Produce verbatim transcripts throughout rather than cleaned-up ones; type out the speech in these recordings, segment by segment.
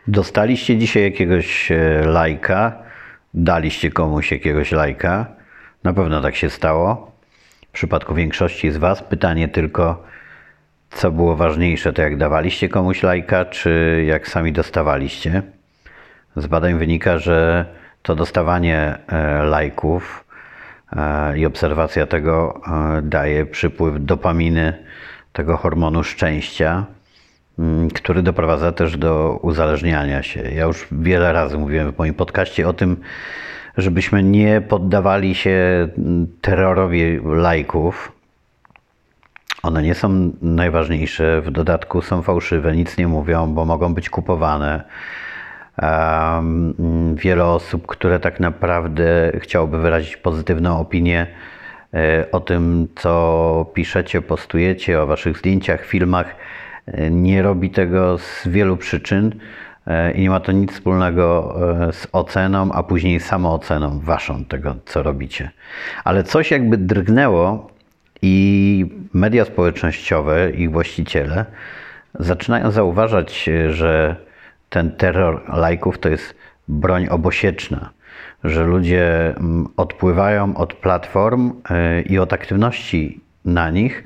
Dostaliście dzisiaj jakiegoś e, lajka, daliście komuś jakiegoś lajka. Na pewno tak się stało. W przypadku większości z Was pytanie tylko, co było ważniejsze, to jak dawaliście komuś lajka, czy jak sami dostawaliście. Z badań wynika, że to dostawanie e, lajków e, i obserwacja tego e, daje przypływ dopaminy, tego hormonu szczęścia, który doprowadza też do uzależniania się. Ja już wiele razy mówiłem w moim podcaście o tym, żebyśmy nie poddawali się terrorowi lajków. One nie są najważniejsze, w dodatku są fałszywe, nic nie mówią, bo mogą być kupowane. Um, wiele osób, które tak naprawdę chciałoby wyrazić pozytywną opinię o tym, co piszecie, postujecie, o waszych zdjęciach, filmach, nie robi tego z wielu przyczyn i nie ma to nic wspólnego z oceną, a później samooceną waszą tego, co robicie. Ale coś jakby drgnęło i media społecznościowe, ich właściciele zaczynają zauważać, że ten terror lajków to jest broń obosieczna, że ludzie odpływają od platform i od aktywności na nich,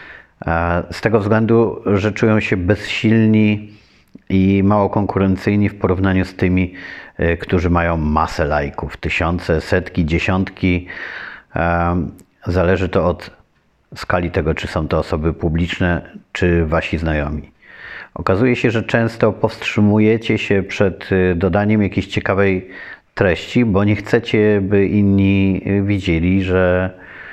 z tego względu, że czują się bezsilni i mało konkurencyjni w porównaniu z tymi, którzy mają masę lajków, tysiące, setki, dziesiątki. Zależy to od skali tego, czy są to osoby publiczne, czy wasi znajomi. Okazuje się, że często powstrzymujecie się przed dodaniem jakiejś ciekawej treści, bo nie chcecie, by inni widzieli, że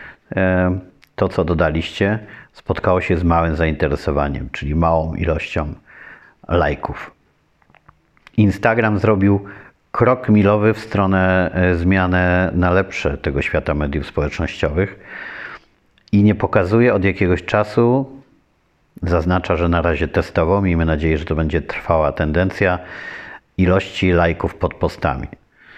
to, co dodaliście, spotkało się z małym zainteresowaniem, czyli małą ilością lajków. Instagram zrobił krok milowy w stronę zmiany na lepsze tego świata mediów społecznościowych i nie pokazuje od jakiegoś czasu, zaznacza, że na razie testowo, miejmy nadzieję, że to będzie trwała tendencja, ilości lajków pod postami.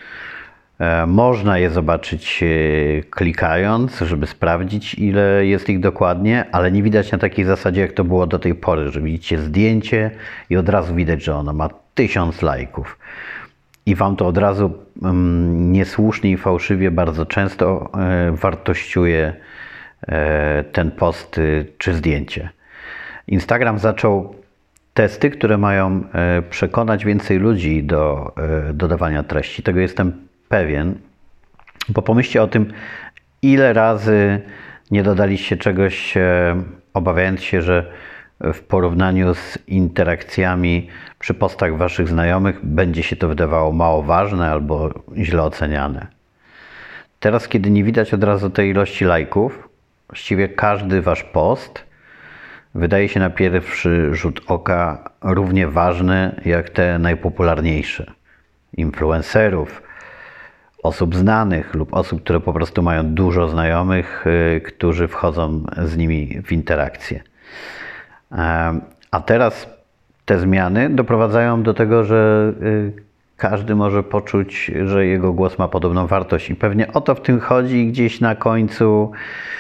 Można je zobaczyć klikając, żeby sprawdzić, ile jest ich dokładnie, ale nie widać na takiej zasadzie, jak to było do tej pory, że widzicie zdjęcie i od razu widać, że ono ma tysiąc lajków. I wam to od razu um, niesłusznie i fałszywie bardzo często e, wartościuje e, ten post y, czy zdjęcie. Instagram zaczął testy, które mają e, przekonać więcej ludzi do e, dodawania treści. Tego jestem pewien, bo pomyślcie o tym, ile razy nie dodaliście czegoś, e, obawiając się, że w porównaniu z interakcjami przy postach waszych znajomych będzie się to wydawało mało ważne albo źle oceniane. Teraz, kiedy nie widać od razu tej ilości lajków, właściwie każdy wasz post wydaje się na pierwszy rzut oka równie ważny jak te najpopularniejsze. Influencerów, osób znanych lub osób, które po prostu mają dużo znajomych, yy, którzy wchodzą z nimi w interakcję. Yy, a teraz te zmiany doprowadzają do tego, że yy, każdy może poczuć, że jego głos ma podobną wartość i pewnie o to w tym chodzi i gdzieś na końcu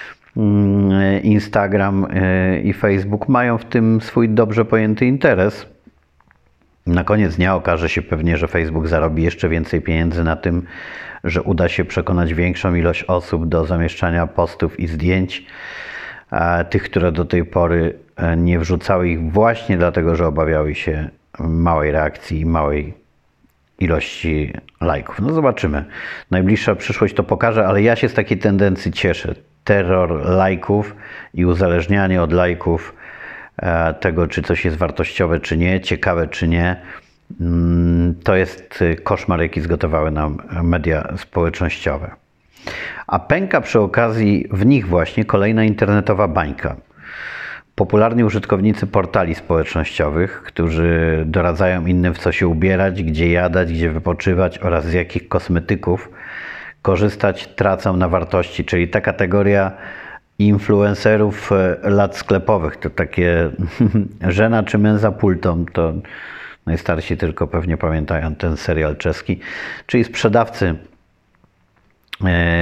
yy, Instagram yy, i Facebook mają w tym swój dobrze pojęty interes. Na koniec dnia okaże się pewnie, że Facebook zarobi jeszcze więcej pieniędzy na tym, że uda się przekonać większą ilość osób do zamieszczania postów i zdjęć, tych, które do tej pory nie wrzucały ich właśnie dlatego, że obawiały się małej reakcji i małej ilości lajków. No zobaczymy. Najbliższa przyszłość to pokaże, ale ja się z takiej tendencji cieszę. Terror lajków i uzależnianie od lajków tego, czy coś jest wartościowe, czy nie, ciekawe, czy nie, to jest koszmar, jaki zgotowały nam media społecznościowe. A pęka przy okazji w nich właśnie kolejna internetowa bańka. Popularni użytkownicy portali społecznościowych, którzy doradzają innym, w co się ubierać, gdzie jadać, gdzie wypoczywać oraz z jakich kosmetyków korzystać, tracą na wartości, czyli ta kategoria influencerów lat sklepowych, to takie żena czy męza pultą, to najstarsi tylko pewnie pamiętają ten serial czeski, czyli sprzedawcy,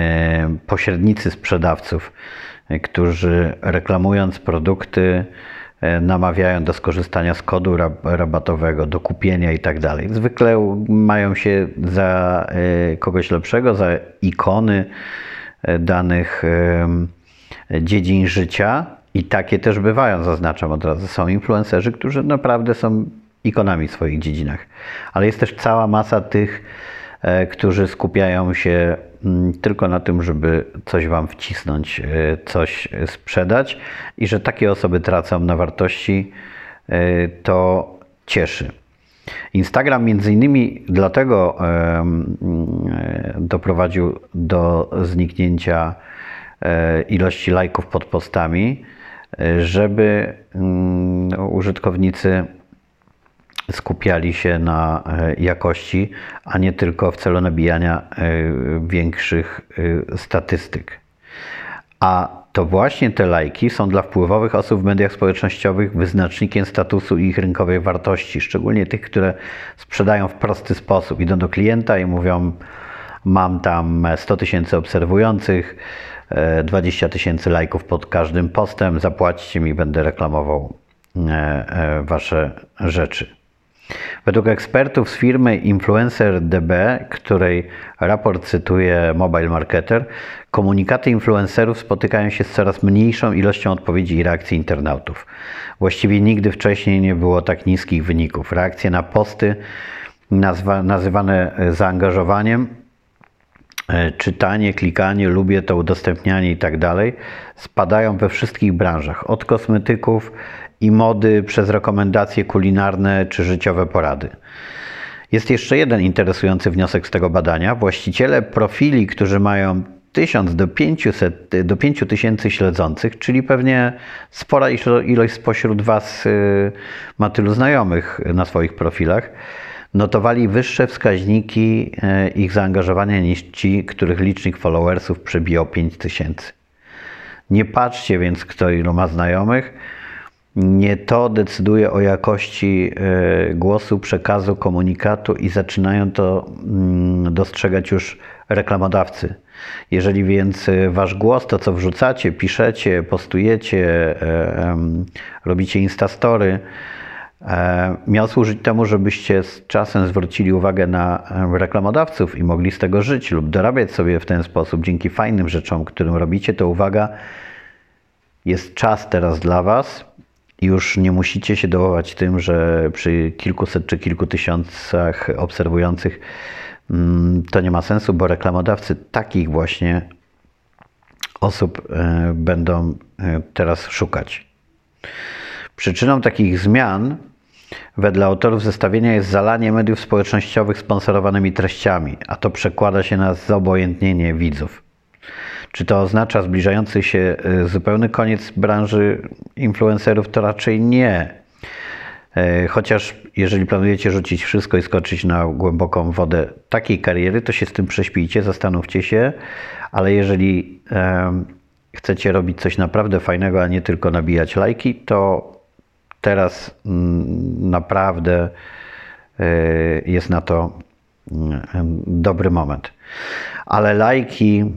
pośrednicy sprzedawców, którzy reklamując produkty namawiają do skorzystania z kodu rabatowego, do kupienia i tak dalej. Zwykle mają się za kogoś lepszego, za ikony danych dziedzin życia i takie też bywają, zaznaczam od razu. Są influencerzy, którzy naprawdę są ikonami w swoich dziedzinach, ale jest też cała masa tych, którzy skupiają się tylko na tym, żeby coś wam wcisnąć, coś sprzedać i że takie osoby tracą na wartości, to cieszy. Instagram między innymi dlatego doprowadził do zniknięcia ilości lajków pod postami, żeby użytkownicy skupiali się na jakości, a nie tylko w celu nabijania większych statystyk. A to właśnie te lajki są dla wpływowych osób w mediach społecznościowych wyznacznikiem statusu i ich rynkowej wartości, szczególnie tych, które sprzedają w prosty sposób. Idą do klienta i mówią: mam tam sto tysięcy obserwujących, dwadzieścia tysięcy lajków pod każdym postem, zapłaćcie mi, będę reklamował wasze rzeczy. Według ekspertów z firmy InfluencerDB, której raport cytuje Mobile Marketer, komunikaty influencerów spotykają się z coraz mniejszą ilością odpowiedzi i reakcji internautów. Właściwie nigdy wcześniej nie było tak niskich wyników. Reakcje na posty nazwa, nazywane zaangażowaniem, czytanie, klikanie, lubię to, udostępnianie i tak dalej, spadają we wszystkich branżach, od kosmetyków i mody przez rekomendacje kulinarne czy życiowe porady. Jest jeszcze jeden interesujący wniosek z tego badania. Właściciele profili, którzy mają tysiąc do pięciuset do pięciu tysięcy śledzących, czyli pewnie spora ilość spośród was ma tylu znajomych na swoich profilach, notowali wyższe wskaźniki ich zaangażowania niż ci, których licznik followersów przebijał pięć tysięcy. Nie patrzcie więc, kto ilu ma znajomych. Nie to decyduje o jakości głosu, przekazu, komunikatu i zaczynają to dostrzegać już reklamodawcy. Jeżeli więc wasz głos, to co wrzucacie, piszecie, postujecie, robicie instastory, miał służyć temu, żebyście z czasem zwrócili uwagę na reklamodawców i mogli z tego żyć lub dorabiać sobie w ten sposób dzięki fajnym rzeczom, którym robicie, to uwaga, jest czas teraz dla was. Już nie musicie się dołować tym, że przy kilkuset czy kilku tysiącach obserwujących to nie ma sensu, bo reklamodawcy takich właśnie osób będą teraz szukać. Przyczyną takich zmian wedle autorów zestawienia jest zalanie mediów społecznościowych sponsorowanymi treściami, a to przekłada się na zobojętnienie widzów. Czy to oznacza zbliżający się zupełny koniec branży influencerów? To raczej nie. Chociaż jeżeli planujecie rzucić wszystko i skoczyć na głęboką wodę takiej kariery, to się z tym prześpijcie, zastanówcie się, ale jeżeli chcecie robić coś naprawdę fajnego, a nie tylko nabijać lajki, to teraz naprawdę jest na to dobry moment. Ale lajki,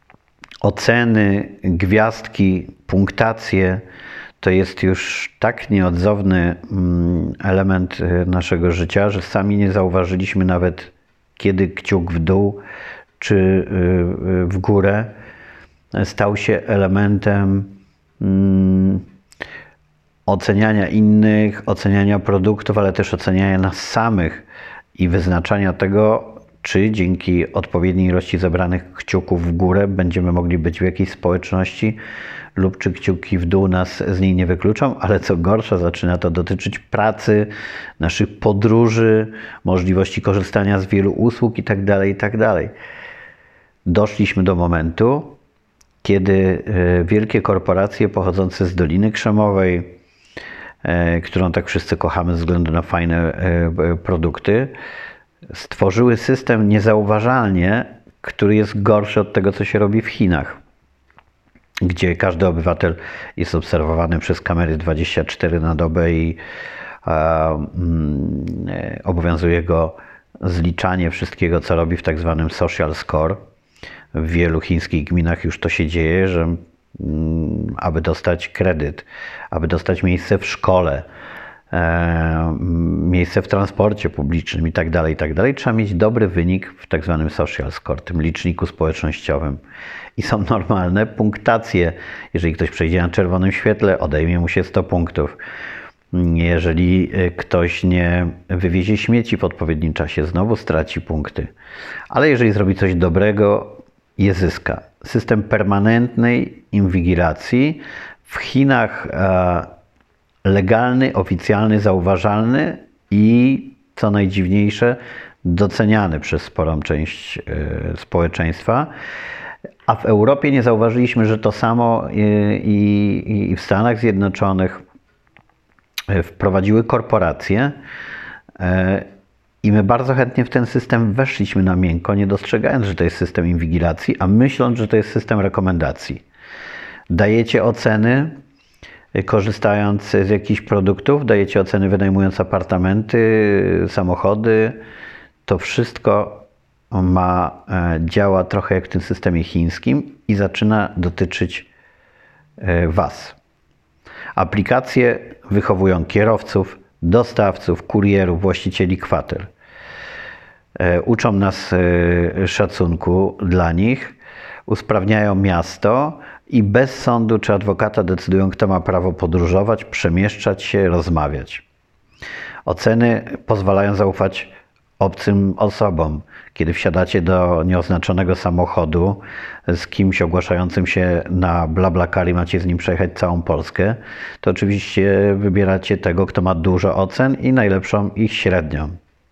oceny, gwiazdki, punktacje to jest już tak nieodzowny element naszego życia, że sami nie zauważyliśmy nawet, kiedy kciuk w dół czy w górę stał się elementem oceniania innych, oceniania produktów, ale też oceniania nas samych i wyznaczania tego, czy dzięki odpowiedniej ilości zebranych kciuków w górę będziemy mogli być w jakiejś społeczności lub czy kciuki w dół nas z niej nie wykluczą, ale co gorsza, zaczyna to dotyczyć pracy, naszych podróży, możliwości korzystania z wielu usług itd., itd. Doszliśmy do momentu, kiedy wielkie korporacje pochodzące z Doliny Krzemowej, którą tak wszyscy kochamy ze względu na fajne produkty, stworzyły system niezauważalnie, który jest gorszy od tego, co się robi w Chinach, gdzie każdy obywatel jest obserwowany przez kamery dwadzieścia cztery na dobę i a, mm, obowiązuje go zliczanie wszystkiego, co robi w tak zwanym social score. W wielu chińskich gminach już to się dzieje, że aby dostać kredyt, aby dostać miejsce w szkole, miejsce w transporcie publicznym i tak dalej, i tak dalej, trzeba mieć dobry wynik w tak zwanym social score, tym liczniku społecznościowym. I są normalne punktacje. Jeżeli ktoś przejdzie na czerwonym świetle, odejmie mu się sto punktów. Jeżeli ktoś nie wywiezie śmieci w odpowiednim czasie, znowu straci punkty. Ale jeżeli zrobi coś dobrego, je zyska. System permanentnej inwigilacji w Chinach legalny, oficjalny, zauważalny i, co najdziwniejsze, doceniany przez sporą część społeczeństwa. A w Europie nie zauważyliśmy, że to samo i, i w Stanach Zjednoczonych wprowadziły korporacje i my bardzo chętnie w ten system weszliśmy na miękko, nie dostrzegając, że to jest system inwigilacji, a myśląc, że to jest system rekomendacji. Dajecie oceny, korzystając z jakichś produktów, dajecie oceny wynajmując apartamenty, samochody. To wszystko ma, działa trochę jak w tym systemie chińskim i zaczyna dotyczyć Was. Aplikacje wychowują kierowców, dostawców, kurierów, właścicieli kwater. Uczą nas szacunku dla nich, usprawniają miasto i bez sądu czy adwokata decydują, kto ma prawo podróżować, przemieszczać się, rozmawiać. Oceny pozwalają zaufać obcym osobom. Kiedy wsiadacie do nieoznaczonego samochodu z kimś ogłaszającym się na BlaBlaCar i macie z nim przejechać całą Polskę, to oczywiście wybieracie tego, kto ma dużo ocen i najlepszą ich średnią.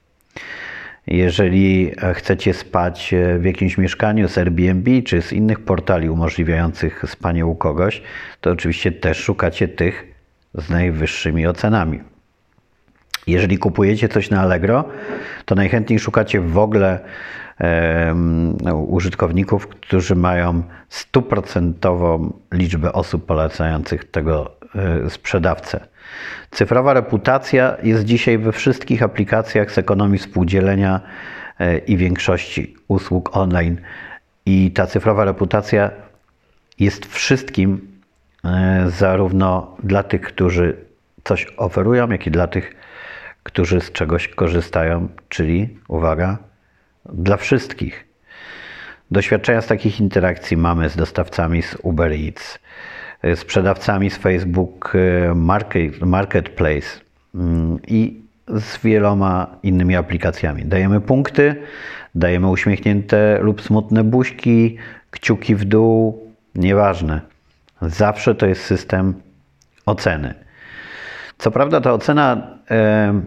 Jeżeli chcecie spać w jakimś mieszkaniu z Airbnb czy z innych portali umożliwiających spanie u kogoś, to oczywiście też szukacie tych z najwyższymi ocenami. Jeżeli kupujecie coś na Allegro, to najchętniej szukacie w ogóle um, użytkowników, którzy mają stuprocentową liczbę osób polecających tego y, sprzedawcę. Cyfrowa reputacja jest dzisiaj we wszystkich aplikacjach z ekonomii współdzielenia y, i większości usług online. I ta cyfrowa reputacja jest wszystkim, y, zarówno dla tych, którzy coś oferują, jak i dla tych, którzy z czegoś korzystają, czyli, uwaga, dla wszystkich. Doświadczenia z takich interakcji mamy z dostawcami z Uber Eats, sprzedawcami z Facebook Market, Marketplace i z wieloma innymi aplikacjami. Dajemy punkty, dajemy uśmiechnięte lub smutne buźki, kciuki w dół, nieważne. Zawsze to jest system oceny. Co prawda ta ocena e,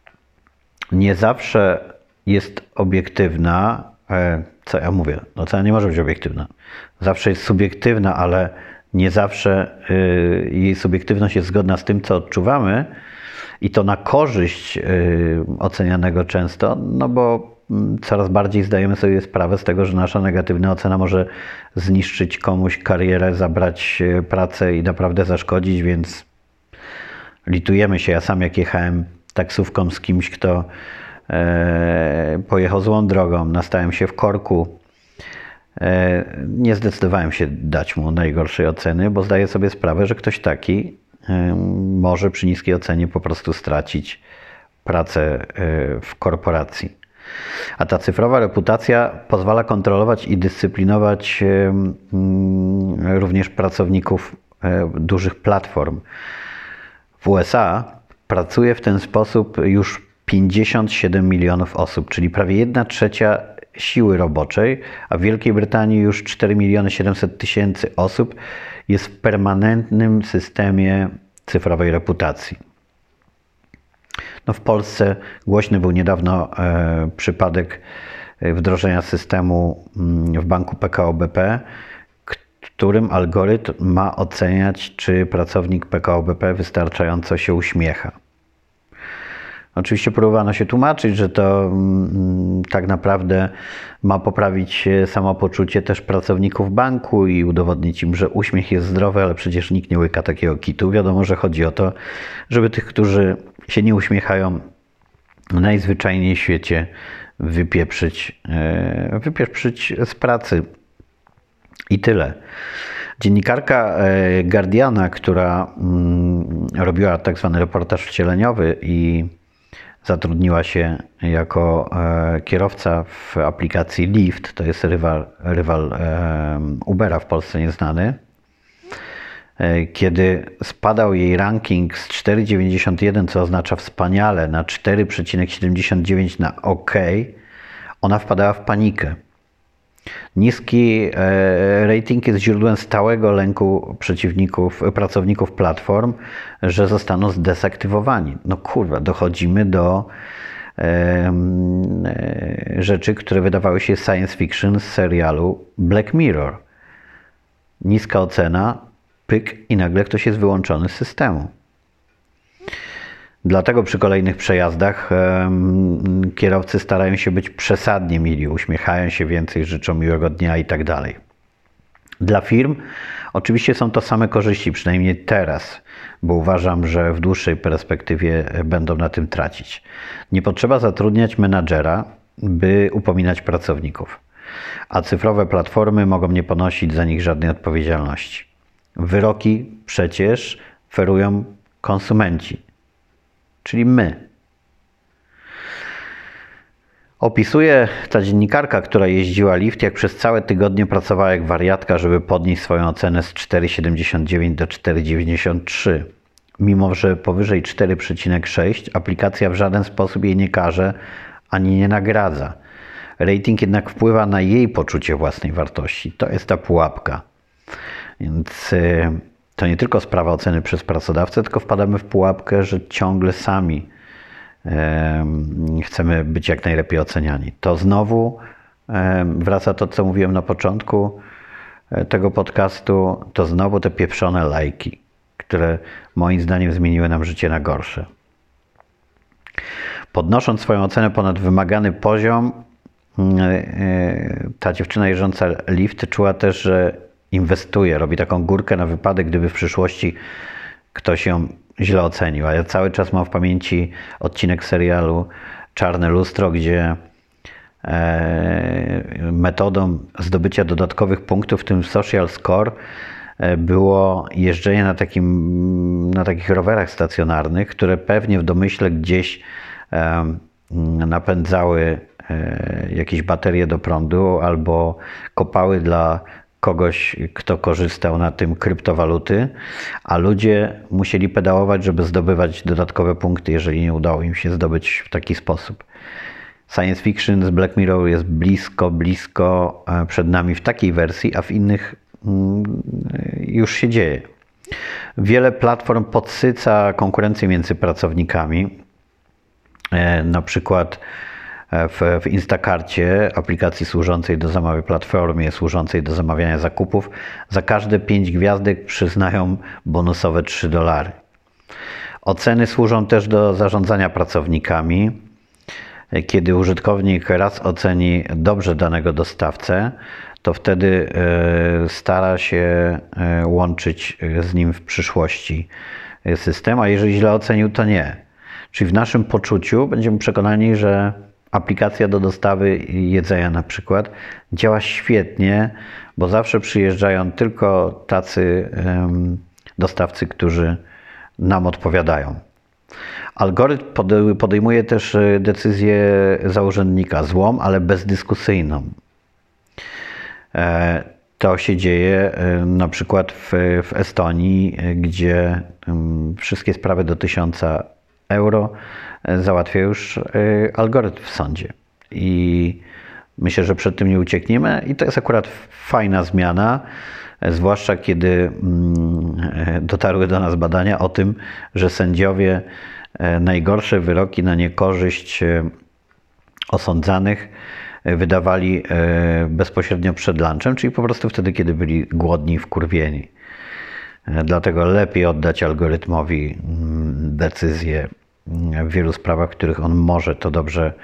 nie zawsze jest obiektywna. E, co ja mówię? Ocena nie może być obiektywna. Zawsze jest subiektywna, ale nie zawsze e, jej subiektywność jest zgodna z tym, co odczuwamy i to na korzyść e, ocenianego często, no bo coraz bardziej zdajemy sobie sprawę z tego, że nasza negatywna ocena może zniszczyć komuś karierę, zabrać pracę i naprawdę zaszkodzić, więc litujemy się. Ja sam jak jechałem taksówką z kimś, kto e, pojechał złą drogą, nastałem się w korku, e, nie zdecydowałem się dać mu najgorszej oceny, bo zdaję sobie sprawę, że ktoś taki e, może przy niskiej ocenie po prostu stracić pracę e, w korporacji. A ta cyfrowa reputacja pozwala kontrolować i dyscyplinować e, m, również pracowników e, dużych platform. W U S A pracuje w ten sposób już pięćdziesiąt siedem milionów osób, czyli prawie jedna trzecia siły roboczej, a w Wielkiej Brytanii już cztery miliony siedemset tysięcy osób jest w permanentnym systemie cyfrowej reputacji. No w Polsce głośny był niedawno e, przypadek wdrożenia systemu w banku P K O B P, którym algorytm ma oceniać, czy pracownik P K O B P wystarczająco się uśmiecha. Oczywiście próbowano się tłumaczyć, że to mm, tak naprawdę ma poprawić samopoczucie też pracowników banku i udowodnić im, że uśmiech jest zdrowy, ale przecież nikt nie łyka takiego kitu. Wiadomo, że chodzi o to, żeby tych, którzy się nie uśmiechają, najzwyczajniej w świecie wypieprzyć, yy, wypieprzyć z pracy. I tyle. Dziennikarka Guardiana, która robiła tak zwany reportaż wcieleniowy i zatrudniła się jako kierowca w aplikacji Lyft, to jest rywal, rywal Ubera w Polsce nieznany. Kiedy spadał jej ranking z cztery przecinek dziewięćdziesiąt jeden, co oznacza wspaniale, na cztery przecinek siedemdziesiąt dziewięć na OK, ona wpadała w panikę. Niski rating jest źródłem stałego lęku przeciwników, pracowników platform, że zostaną zdesaktywowani. No kurwa, dochodzimy do e, rzeczy, które wydawały się science fiction z serialu Black Mirror. Niska ocena, pyk i nagle ktoś jest wyłączony z systemu. Dlatego przy kolejnych przejazdach um, kierowcy starają się być przesadnie mili, uśmiechają się więcej, życzą miłego dnia i tak dalej. Dla firm oczywiście są to same korzyści, przynajmniej teraz, bo uważam, że w dłuższej perspektywie będą na tym tracić. Nie potrzeba zatrudniać menadżera, by upominać pracowników, a cyfrowe platformy mogą nie ponosić za nich żadnej odpowiedzialności. Wyroki przecież ferują konsumenci, czyli my. Opisuje ta dziennikarka, która jeździła Lyft, jak przez całe tygodnie pracowała jak wariatka, żeby podnieść swoją ocenę z cztery przecinek siedemdziesiąt dziewięć do cztery przecinek dziewięćdziesiąt trzy. Mimo że powyżej cztery przecinek sześć, aplikacja w żaden sposób jej nie karze ani nie nagradza. Rating jednak wpływa na jej poczucie własnej wartości. To jest ta pułapka. Więc to nie tylko sprawa oceny przez pracodawcę, tylko wpadamy w pułapkę, że ciągle sami chcemy być jak najlepiej oceniani. To znowu wraca to, co mówiłem na początku tego podcastu, to znowu te pieprzone lajki, które moim zdaniem zmieniły nam życie na gorsze. Podnosząc swoją ocenę ponad wymagany poziom, ta dziewczyna jeżdżąca Lyft czuła też, że inwestuje, robi taką górkę na wypadek, gdyby w przyszłości ktoś ją źle ocenił. A ja cały czas mam w pamięci odcinek serialu Czarne lustro, gdzie metodą zdobycia dodatkowych punktów, w tym social score, było jeżdżenie na, takim, na takich rowerach stacjonarnych, które pewnie w domyśle gdzieś napędzały jakieś baterie do prądu albo kopały dla kogoś, kto korzystał na tym kryptowaluty, a ludzie musieli pedałować, żeby zdobywać dodatkowe punkty, jeżeli nie udało im się zdobyć w taki sposób. Science fiction z Black Mirror jest blisko, blisko przed nami w takiej wersji, a w innych już się dzieje. Wiele platform podsyca konkurencję między pracownikami. Na przykład w, w Instacarcie, aplikacji służącej do zamawiania, platformie służącej do zamawiania zakupów, za każde pięć gwiazdek przyznają bonusowe trzy dolary. Oceny służą też do zarządzania pracownikami. Kiedy użytkownik raz oceni dobrze danego dostawcę, to wtedy stara się łączyć z nim w przyszłości system, a jeżeli źle ocenił, to nie. Czyli w naszym poczuciu będziemy przekonani, że aplikacja do dostawy jedzenia na przykład działa świetnie, bo zawsze przyjeżdżają tylko tacy dostawcy, którzy nam odpowiadają. Algorytm podejmuje też decyzję za urzędnika, złą, ale bezdyskusyjną. To się dzieje na przykład w, w Estonii, gdzie wszystkie sprawy do tysiąca euro załatwia już algorytm w sądzie. I myślę, że przed tym nie uciekniemy i to jest akurat fajna zmiana, zwłaszcza kiedy dotarły do nas badania o tym, że sędziowie najgorsze wyroki na niekorzyść osądzanych wydawali bezpośrednio przed lunchem, czyli po prostu wtedy, kiedy byli głodni i wkurwieni. Dlatego lepiej oddać algorytmowi decyzję w wielu sprawach, w których on może to dobrze,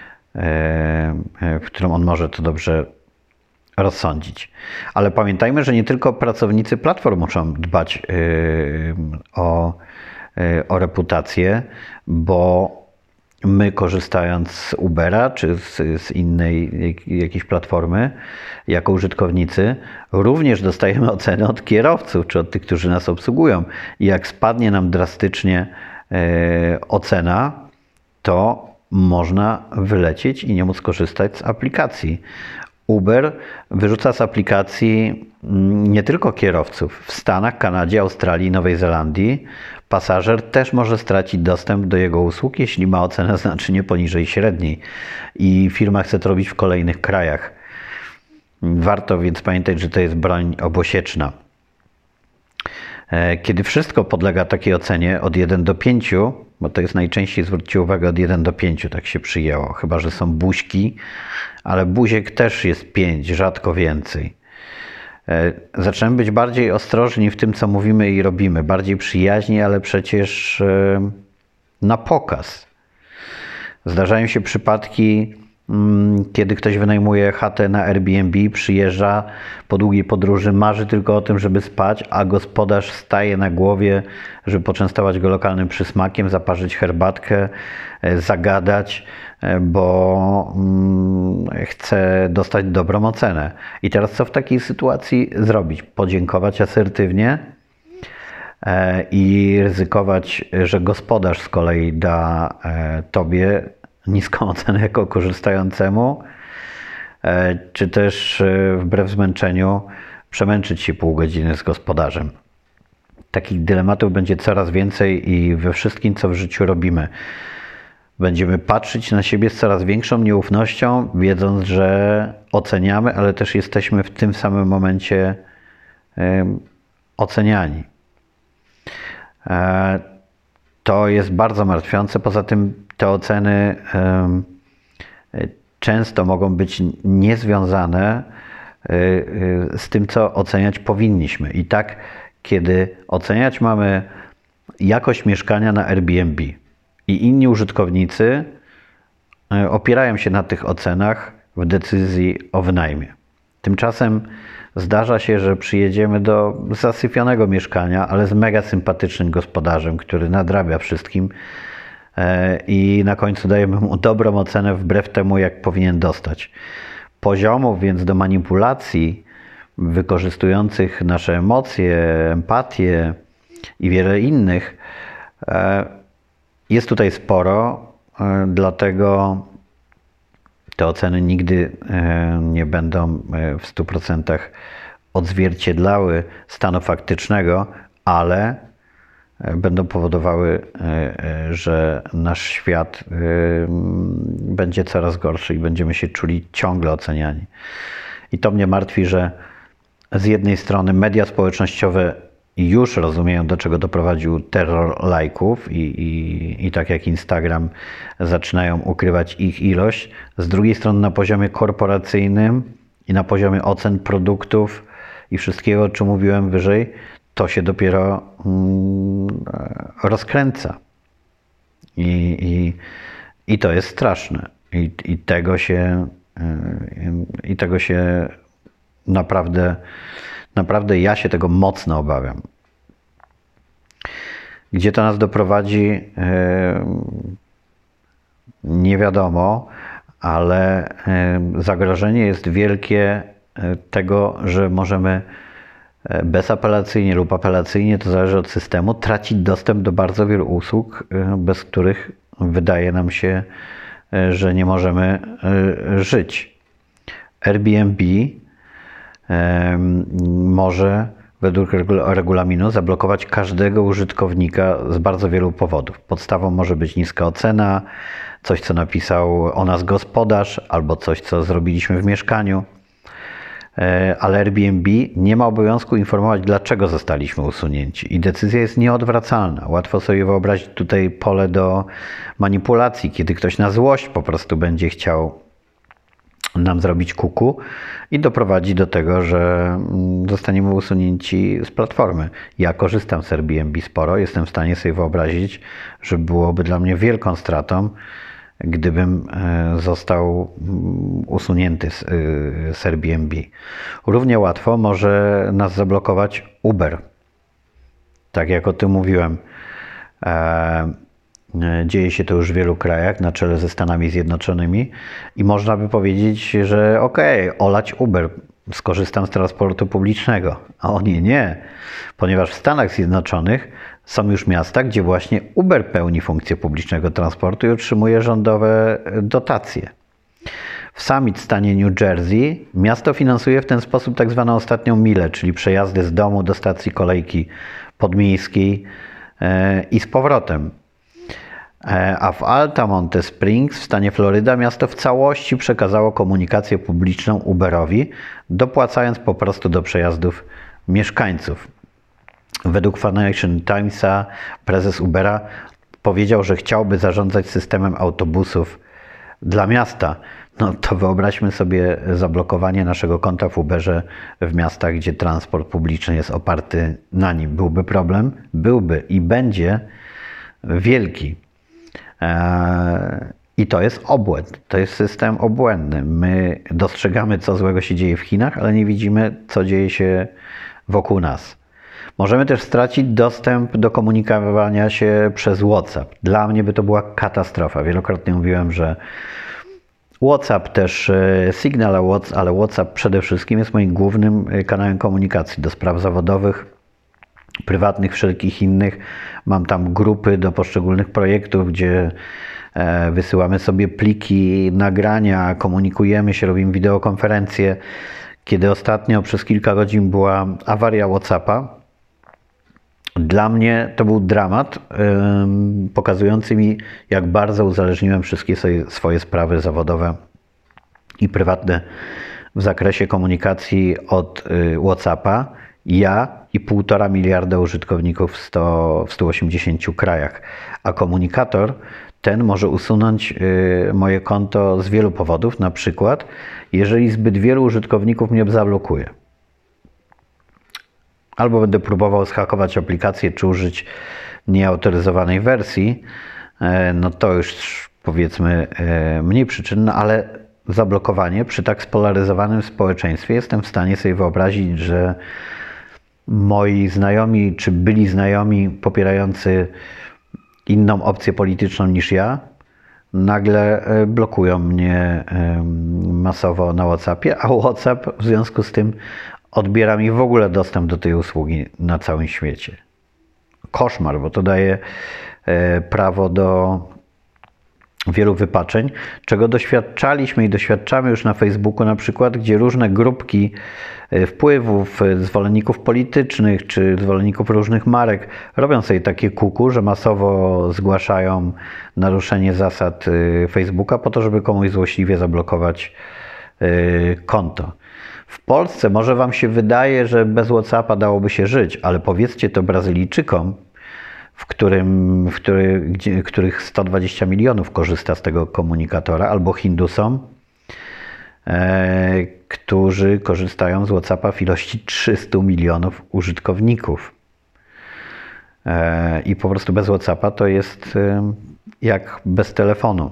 w którym on może to dobrze rozsądzić. Ale pamiętajmy, że nie tylko pracownicy platform muszą dbać o, o reputację, bo my korzystając z Ubera czy z, z innej jakiejś platformy jako użytkownicy, również dostajemy ocenę od kierowców czy od tych, którzy nas obsługują. I jak spadnie nam drastycznie e, ocena, to można wylecieć i nie móc korzystać z aplikacji. Uber wyrzuca z aplikacji nie tylko kierowców. W Stanach, Kanadzie, Australii, Nowej Zelandii pasażer też może stracić dostęp do jego usług, jeśli ma ocenę znacznie poniżej średniej i firma chce to robić w kolejnych krajach. Warto więc pamiętać, że to jest broń obosieczna. Kiedy wszystko podlega takiej ocenie od jeden do pięciu, bo to jest najczęściej, zwróćcie uwagę, od jeden do pięciu, tak się przyjęło, chyba że są buźki, ale buziek też jest pięć, rzadko więcej. Zaczynamy być bardziej ostrożni w tym, co mówimy i robimy, bardziej przyjaźni, ale przecież na pokaz. Zdarzają się przypadki, kiedy ktoś wynajmuje chatę na Airbnb, przyjeżdża po długiej podróży, marzy tylko o tym, żeby spać, a gospodarz staje na głowie, żeby poczęstować go lokalnym przysmakiem, zaparzyć herbatkę, zagadać, bo chce dostać dobrą ocenę. I teraz co w takiej sytuacji zrobić? Podziękować asertywnie i ryzykować, że gospodarz z kolei da tobie niską ocenę jako korzystającemu, czy też wbrew zmęczeniu przemęczyć się pół godziny z gospodarzem. Takich dylematów będzie coraz więcej i we wszystkim, co w życiu robimy. Będziemy patrzeć na siebie z coraz większą nieufnością, wiedząc, że oceniamy, ale też jesteśmy w tym samym momencie oceniani. To jest bardzo martwiące. Poza tym te oceny często mogą być niezwiązane z tym, co oceniać powinniśmy. I tak, kiedy oceniać mamy jakość mieszkania na Airbnb i inni użytkownicy opierają się na tych ocenach w decyzji o wynajmie. Tymczasem zdarza się, że przyjedziemy do zasypionego mieszkania, ale z mega sympatycznym gospodarzem, który nadrabia wszystkim i na końcu dajemy mu dobrą ocenę wbrew temu, jak powinien dostać. Poziomów więc do manipulacji wykorzystujących nasze emocje, empatię i wiele innych jest tutaj sporo, dlatego te oceny nigdy nie będą w stu procentach odzwierciedlały stanu faktycznego, ale będą powodowały, że nasz świat będzie coraz gorszy i będziemy się czuli ciągle oceniani. I to mnie martwi, że z jednej strony media społecznościowe już rozumieją, do czego doprowadził terror lajków i, i, i tak jak Instagram zaczynają ukrywać ich ilość. Z drugiej strony na poziomie korporacyjnym i na poziomie ocen produktów i wszystkiego, o czym mówiłem wyżej, to się dopiero mm, rozkręca. I, i, I to jest straszne. I, i, tego się, I tego się naprawdę, naprawdę ja się tego mocno obawiam. Gdzie to nas doprowadzi, nie wiadomo, ale zagrożenie jest wielkie tego, że możemy bezapelacyjnie lub apelacyjnie, to zależy od systemu, tracić dostęp do bardzo wielu usług, bez których wydaje nam się, że nie możemy żyć. Airbnb może według regulaminu zablokować każdego użytkownika z bardzo wielu powodów. Podstawą może być niska ocena, coś, co napisał o nas gospodarz, albo coś, co zrobiliśmy w mieszkaniu. Ale Airbnb nie ma obowiązku informować, dlaczego zostaliśmy usunięci. I decyzja jest nieodwracalna. Łatwo sobie wyobrazić tutaj pole do manipulacji, kiedy ktoś na złość po prostu będzie chciał nam zrobić kuku i doprowadzi do tego, że zostaniemy usunięci z platformy. Ja korzystam z Airbnb sporo, jestem w stanie sobie wyobrazić, że byłoby dla mnie wielką stratą, gdybym został usunięty z, z Airbnb. Równie łatwo może nas zablokować Uber. Tak jak o tym mówiłem. Dzieje się to już w wielu krajach, na czele ze Stanami Zjednoczonymi i można by powiedzieć, że okej, okay, olać Uber, skorzystam z transportu publicznego. A oni nie, ponieważ w Stanach Zjednoczonych są już miasta, gdzie właśnie Uber pełni funkcję publicznego transportu i otrzymuje rządowe dotacje. W Summit, stanie New Jersey, miasto finansuje w ten sposób tak zwaną ostatnią milę, czyli przejazdy z domu do stacji kolejki podmiejskiej i z powrotem. A w Altamonte Springs w stanie Floryda miasto w całości przekazało komunikację publiczną Uberowi, dopłacając po prostu do przejazdów mieszkańców. Według Financial Timesa prezes Ubera powiedział, że chciałby zarządzać systemem autobusów dla miasta. No to wyobraźmy sobie zablokowanie naszego konta w Uberze w miastach, gdzie transport publiczny jest oparty na nim. Byłby problem? Byłby i będzie wielki. I to jest obłęd, to jest system obłędny. My dostrzegamy, co złego się dzieje w Chinach, ale nie widzimy, co dzieje się wokół nas. Możemy też stracić dostęp do komunikowania się przez WhatsApp. Dla mnie by to była katastrofa. Wielokrotnie mówiłem, że WhatsApp też, Signal, ale WhatsApp przede wszystkim jest moim głównym kanałem komunikacji do spraw zawodowych, prywatnych, wszelkich innych. Mam tam grupy do poszczególnych projektów, gdzie wysyłamy sobie pliki, nagrania, komunikujemy się, robimy wideokonferencje. Kiedy ostatnio przez kilka godzin była awaria WhatsAppa, dla mnie to był dramat yy, pokazujący mi, jak bardzo uzależniłem wszystkie swoje, swoje sprawy zawodowe i prywatne w zakresie komunikacji od yy, WhatsAppa. Ja i półtora miliarda użytkowników w, sto, w stu osiemdziesięciu krajach, a komunikator ten może usunąć yy, moje konto z wielu powodów, na przykład jeżeli zbyt wielu użytkowników mnie zablokuje. Albo będę próbował zhakować aplikację, czy użyć nieautoryzowanej wersji, no to już powiedzmy mniej przyczynne, ale zablokowanie przy tak spolaryzowanym społeczeństwie jestem w stanie sobie wyobrazić, że moi znajomi, czy byli znajomi popierający inną opcję polityczną niż ja, nagle blokują mnie masowo na WhatsAppie, a WhatsApp w związku z tym odbiera mi w ogóle dostęp do tej usługi na całym świecie. Koszmar, bo to daje prawo do wielu wypaczeń, czego doświadczaliśmy i doświadczamy już na Facebooku na przykład, gdzie różne grupki wpływów, zwolenników politycznych czy zwolenników różnych marek robią sobie takie kuku, że masowo zgłaszają naruszenie zasad Facebooka po to, żeby komuś złośliwie zablokować konto. W Polsce może wam się wydaje, że bez WhatsAppa dałoby się żyć, ale powiedzcie to Brazylijczykom, w, którym, w który, gdzie, których sto dwadzieścia milionów korzysta z tego komunikatora, albo Hindusom, e, którzy korzystają z WhatsAppa w ilości trzystu milionów użytkowników. E, I po prostu bez WhatsAppa to jest e, jak bez telefonu.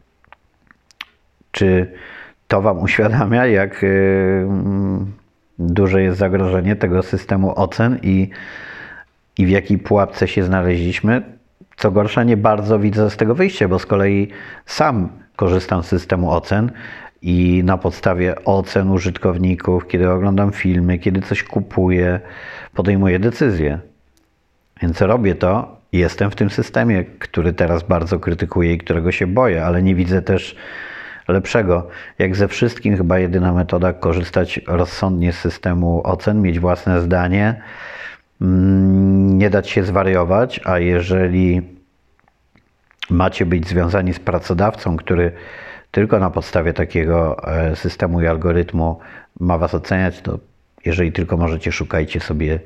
Czy to wam uświadamia, jak y, duże jest zagrożenie tego systemu ocen i, i w jakiej pułapce się znaleźliśmy? Co gorsza, nie bardzo widzę z tego wyjścia, bo z kolei sam korzystam z systemu ocen i na podstawie ocen użytkowników, kiedy oglądam filmy, kiedy coś kupuję, podejmuję decyzje. Więc robię to i jestem w tym systemie, który teraz bardzo krytykuję i którego się boję, ale nie widzę też lepszego. Jak ze wszystkim, chyba jedyna metoda korzystać rozsądnie z systemu ocen, mieć własne zdanie, nie dać się zwariować, a jeżeli macie być związani z pracodawcą, który tylko na podstawie takiego systemu i algorytmu ma was oceniać, to jeżeli tylko możecie, szukajcie sobie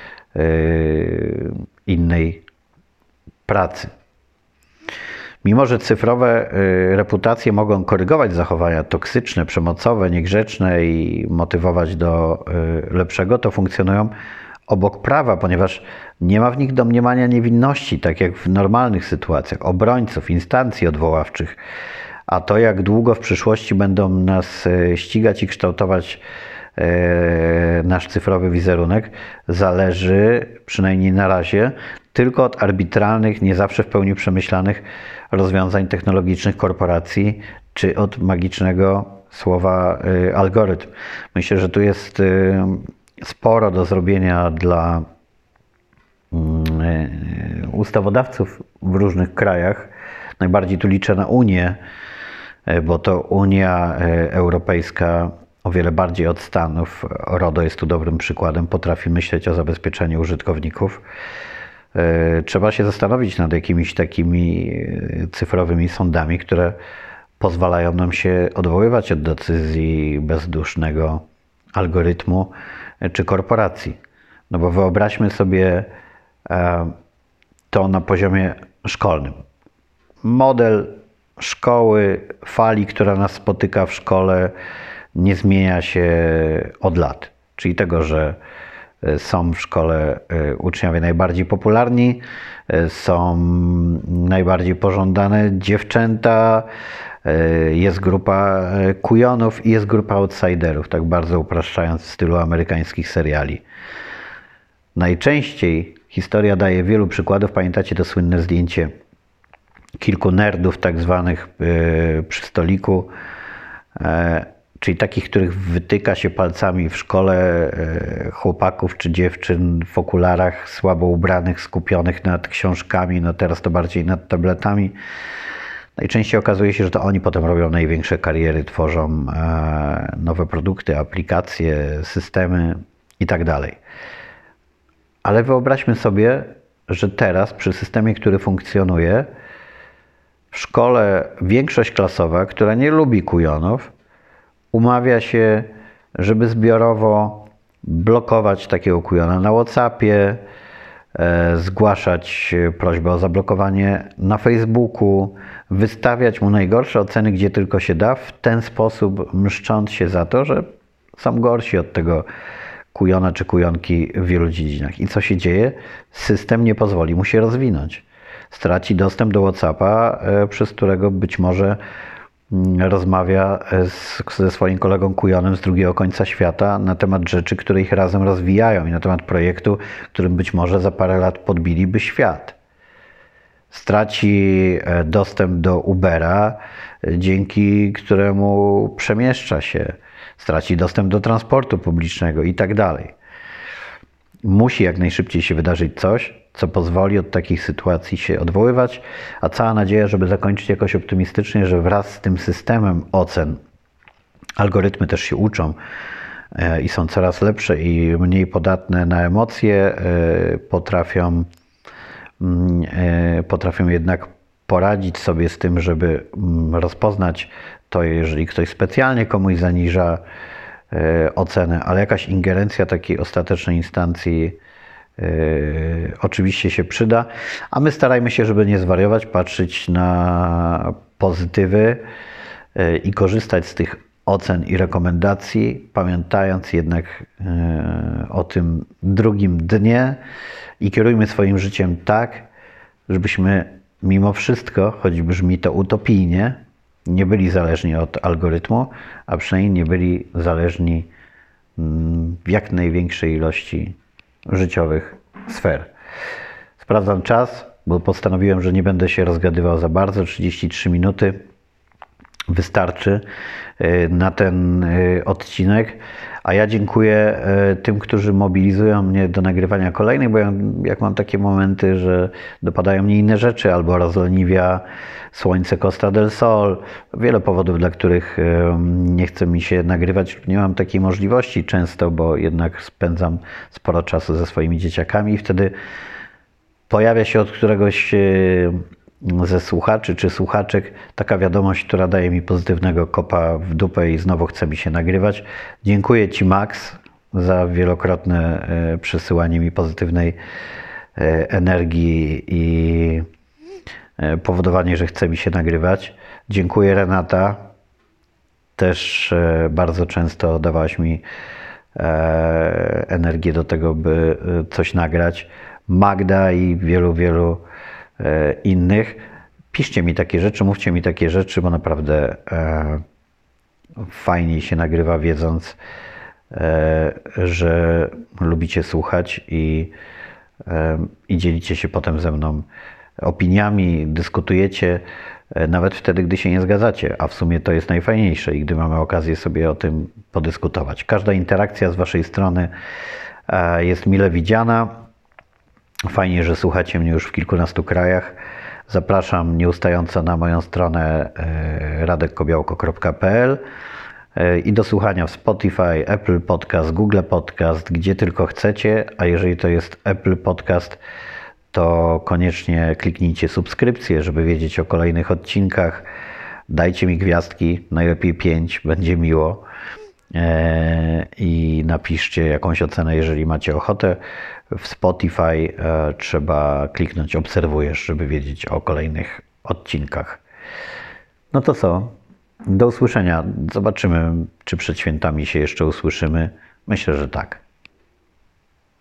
innej pracy. Mimo że cyfrowe reputacje mogą korygować zachowania toksyczne, przemocowe, niegrzeczne i motywować do lepszego, to funkcjonują obok prawa, ponieważ nie ma w nich domniemania niewinności, tak jak w normalnych sytuacjach, obrońców, instancji odwoławczych. A to, jak długo w przyszłości będą nas ścigać i kształtować nasz cyfrowy wizerunek, zależy, przynajmniej na razie, tylko od arbitralnych, nie zawsze w pełni przemyślanych rozwiązań technologicznych korporacji, czy od magicznego słowa y, algorytm. Myślę, że tu jest y, sporo do zrobienia dla y, ustawodawców w różnych krajach. Najbardziej tu liczę na Unię, y, bo to Unia y, Europejska o wiele bardziej od Stanów. RODO jest tu dobrym przykładem, potrafi myśleć o zabezpieczeniu użytkowników. Trzeba się zastanowić nad jakimiś takimi cyfrowymi sądami, które pozwalają nam się odwoływać od decyzji bezdusznego algorytmu czy korporacji. No bo wyobraźmy sobie to na poziomie szkolnym. Model szkoły, fali, która nas spotyka w szkole, nie zmienia się od lat. Czyli tego, że są w szkole uczniowie najbardziej popularni, są najbardziej pożądane dziewczęta, jest grupa kujonów i jest grupa outsiderów, tak bardzo upraszczając w stylu amerykańskich seriali. Najczęściej historia daje wielu przykładów. Pamiętacie to słynne zdjęcie kilku nerdów tak zwanych przy stoliku, czyli takich, których wytyka się palcami w szkole, chłopaków czy dziewczyn w okularach, słabo ubranych, skupionych nad książkami, no teraz to bardziej nad tabletami. Najczęściej okazuje się, że to oni potem robią największe kariery, tworzą nowe produkty, aplikacje, systemy i tak dalej. Ale wyobraźmy sobie, że teraz przy systemie, który funkcjonuje, w szkole większość klasowa, która nie lubi kujonów, umawia się, żeby zbiorowo blokować takiego kujona na WhatsAppie, e, zgłaszać prośbę o zablokowanie na Facebooku, wystawiać mu najgorsze oceny, gdzie tylko się da, w ten sposób mszcząc się za to, że są gorsi od tego kujona czy kujonki w wielu dziedzinach. I co się dzieje? System nie pozwoli mu się rozwinąć. Straci dostęp do WhatsAppa, e, przez którego być może rozmawia z, ze swoim kolegą kujonem z drugiego końca świata na temat rzeczy, które ich razem rozwijają i na temat projektu, którym być może za parę lat podbiliby świat. Straci dostęp do Ubera, dzięki któremu przemieszcza się. Straci dostęp do transportu publicznego i tak dalej. Musi jak najszybciej się wydarzyć coś, co pozwoli od takich sytuacji się odwoływać, a cała nadzieja, żeby zakończyć jakoś optymistycznie, że wraz z tym systemem ocen algorytmy też się uczą i są coraz lepsze i mniej podatne na emocje, potrafią, potrafią jednak poradzić sobie z tym, żeby rozpoznać to, jeżeli ktoś specjalnie komuś zaniża ocenę, ale jakaś ingerencja takiej ostatecznej instancji Yy, oczywiście się przyda, a my starajmy się, żeby nie zwariować, patrzeć na pozytywy yy, i korzystać z tych ocen i rekomendacji, pamiętając jednak yy, o tym drugim dnie i kierujmy swoim życiem tak, żebyśmy mimo wszystko, choć brzmi to utopijnie, nie byli zależni od algorytmu, a przynajmniej nie byli zależni yy, w jak największej ilości życiowych sfer. Sprawdzam czas, bo postanowiłem, że nie będę się rozgadywał za bardzo. trzydzieści trzy minuty wystarczy na ten odcinek. A ja dziękuję tym, którzy mobilizują mnie do nagrywania kolejnych, bo ja, jak mam takie momenty, że dopadają mnie inne rzeczy, albo rozleniwia słońce Costa del Sol, wiele powodów, dla których nie chce mi się nagrywać. Nie mam takiej możliwości często, bo jednak spędzam sporo czasu ze swoimi dzieciakami i wtedy pojawia się od któregoś ze słuchaczy czy słuchaczek taka wiadomość, która daje mi pozytywnego kopa w dupę i znowu chce mi się nagrywać. Dziękuję Ci, Max, za wielokrotne przesyłanie mi pozytywnej energii i powodowanie, że chce mi się nagrywać. Dziękuję, Renata. Też bardzo często dawałaś mi energię do tego, by coś nagrać. Magda i wielu, wielu innych. Piszcie mi takie rzeczy, mówcie mi takie rzeczy, bo naprawdę e, fajniej się nagrywa, wiedząc, e, że lubicie słuchać i i dzielicie się potem ze mną opiniami, dyskutujecie, nawet wtedy, gdy się nie zgadzacie, a w sumie to jest najfajniejsze i gdy mamy okazję sobie o tym podyskutować. Każda interakcja z waszej strony jest mile widziana. Fajnie, że słuchacie mnie już w kilkunastu krajach. Zapraszam nieustająco na moją stronę radek kobiałko kropka p l i do słuchania w Spotify, Apple Podcast, Google Podcast, gdzie tylko chcecie, a jeżeli to jest Apple Podcast, to koniecznie kliknijcie subskrypcję, żeby wiedzieć o kolejnych odcinkach. Dajcie mi gwiazdki, najlepiej pięć, będzie miło. I napiszcie jakąś ocenę, jeżeli macie ochotę. W Spotify trzeba kliknąć obserwujesz, żeby wiedzieć o kolejnych odcinkach. No to co? Do usłyszenia. Zobaczymy, czy przed świętami się jeszcze usłyszymy. Myślę, że tak.